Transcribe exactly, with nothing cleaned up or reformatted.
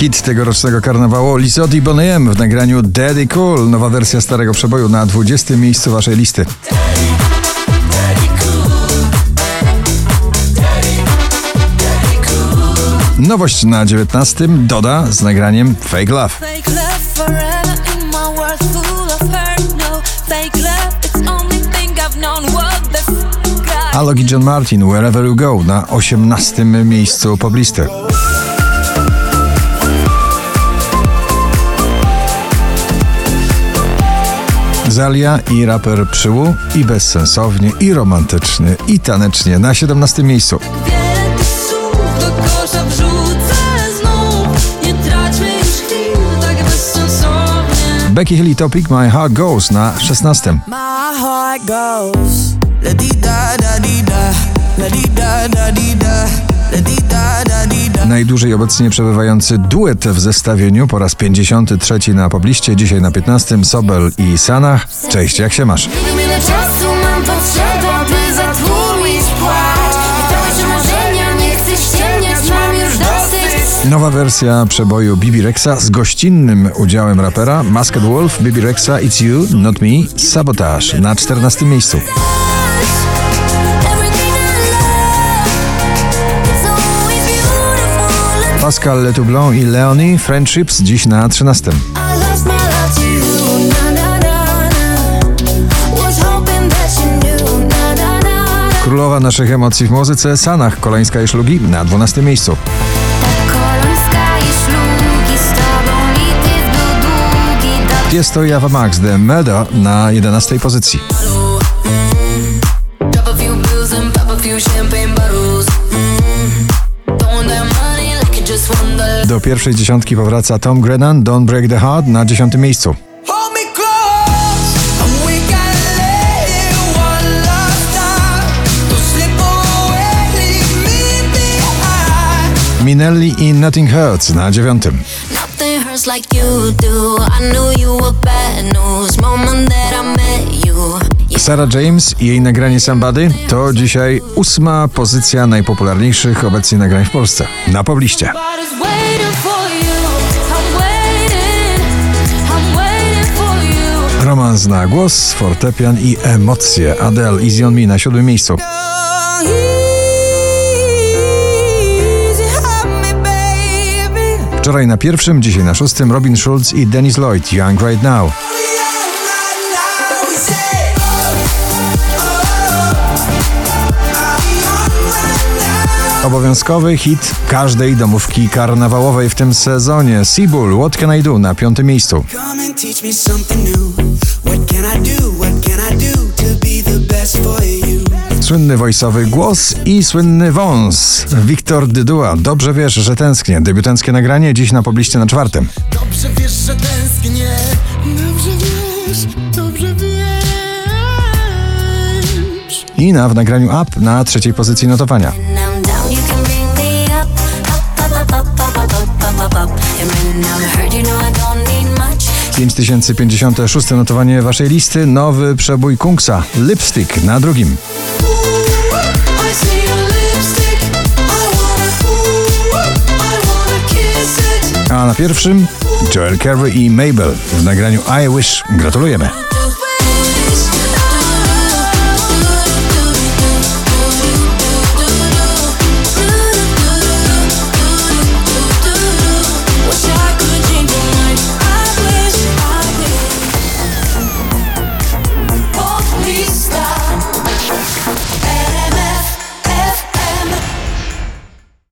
Hit tegorocznego karnawału Lizotte i Boney M w nagraniu Daddy Cool. Nowa wersja starego przeboju na dwudziestym miejscu waszej listy. Nowość na dziewiętnastym Doda z nagraniem Fake Love. Alok i John Martin Wherever You Go na osiemnastym miejscu poblisty. Zalia i raper Przyłu i bezsensownie, i romantycznie, i tanecznie na siedemnastym miejscu. Becky Hill i Topic My Heart Goes na szesnastym. Najdłużej obecnie przebywający duet w zestawieniu po raz pięćdziesiąty trzeci na pobliście, dzisiaj na piętnastym Sobel i Sanach. Cześć, jak się masz? Nowa wersja przeboju Bibi Rexa z gościnnym udziałem rapera Masked Wolf, Bibi Rexa, It's You, Not Me, Sabotage na czternastym miejscu. Pascal Letoublon i Leonie Friendships dziś na trzynastym. Królowa naszych emocji w muzyce Sanach, Kolańska i Szlugi na dwunastym miejscu. Tiesto i Ava Max The Murder na jedenastej pozycji. Do pierwszej dziesiątki powraca Tom Grennan Don't Break the Heart na dziesiątym miejscu. Minelli i Nothing Hurts na dziewiątym. Sarah James i jej nagranie Somebody to dzisiaj ósma pozycja najpopularniejszych obecnie nagrań w Polsce na pobliście. Romans na głos, fortepian i emocje. Adele Easy on Me na siódmym miejscu. Wczoraj na pierwszym, dzisiaj na szóstym Robin Schulz i Dennis Lloyd Young Right Now. Obowiązkowy hit każdej domówki karnawałowej w tym sezonie. Seabull What Can I Do na piątym miejscu. Słynny wojsowy głos i słynny wąs. Wiktor Dydua Dobrze wiesz, że tęsknię. Debiutanckie nagranie dziś na pobliście na czwartym. Dobrze wiesz, że tęsknię. Dobrze wiesz, dobrze wiesz. I na w nagraniu Up na trzeciej pozycji notowania. pięć tysięcy pięćdziesiąte szóste notowanie waszej listy. Nowy przebój Kungsa Lipstick na drugim. A na pierwszym Joel Corry i Mabel w nagraniu I Wish. Gratulujemy.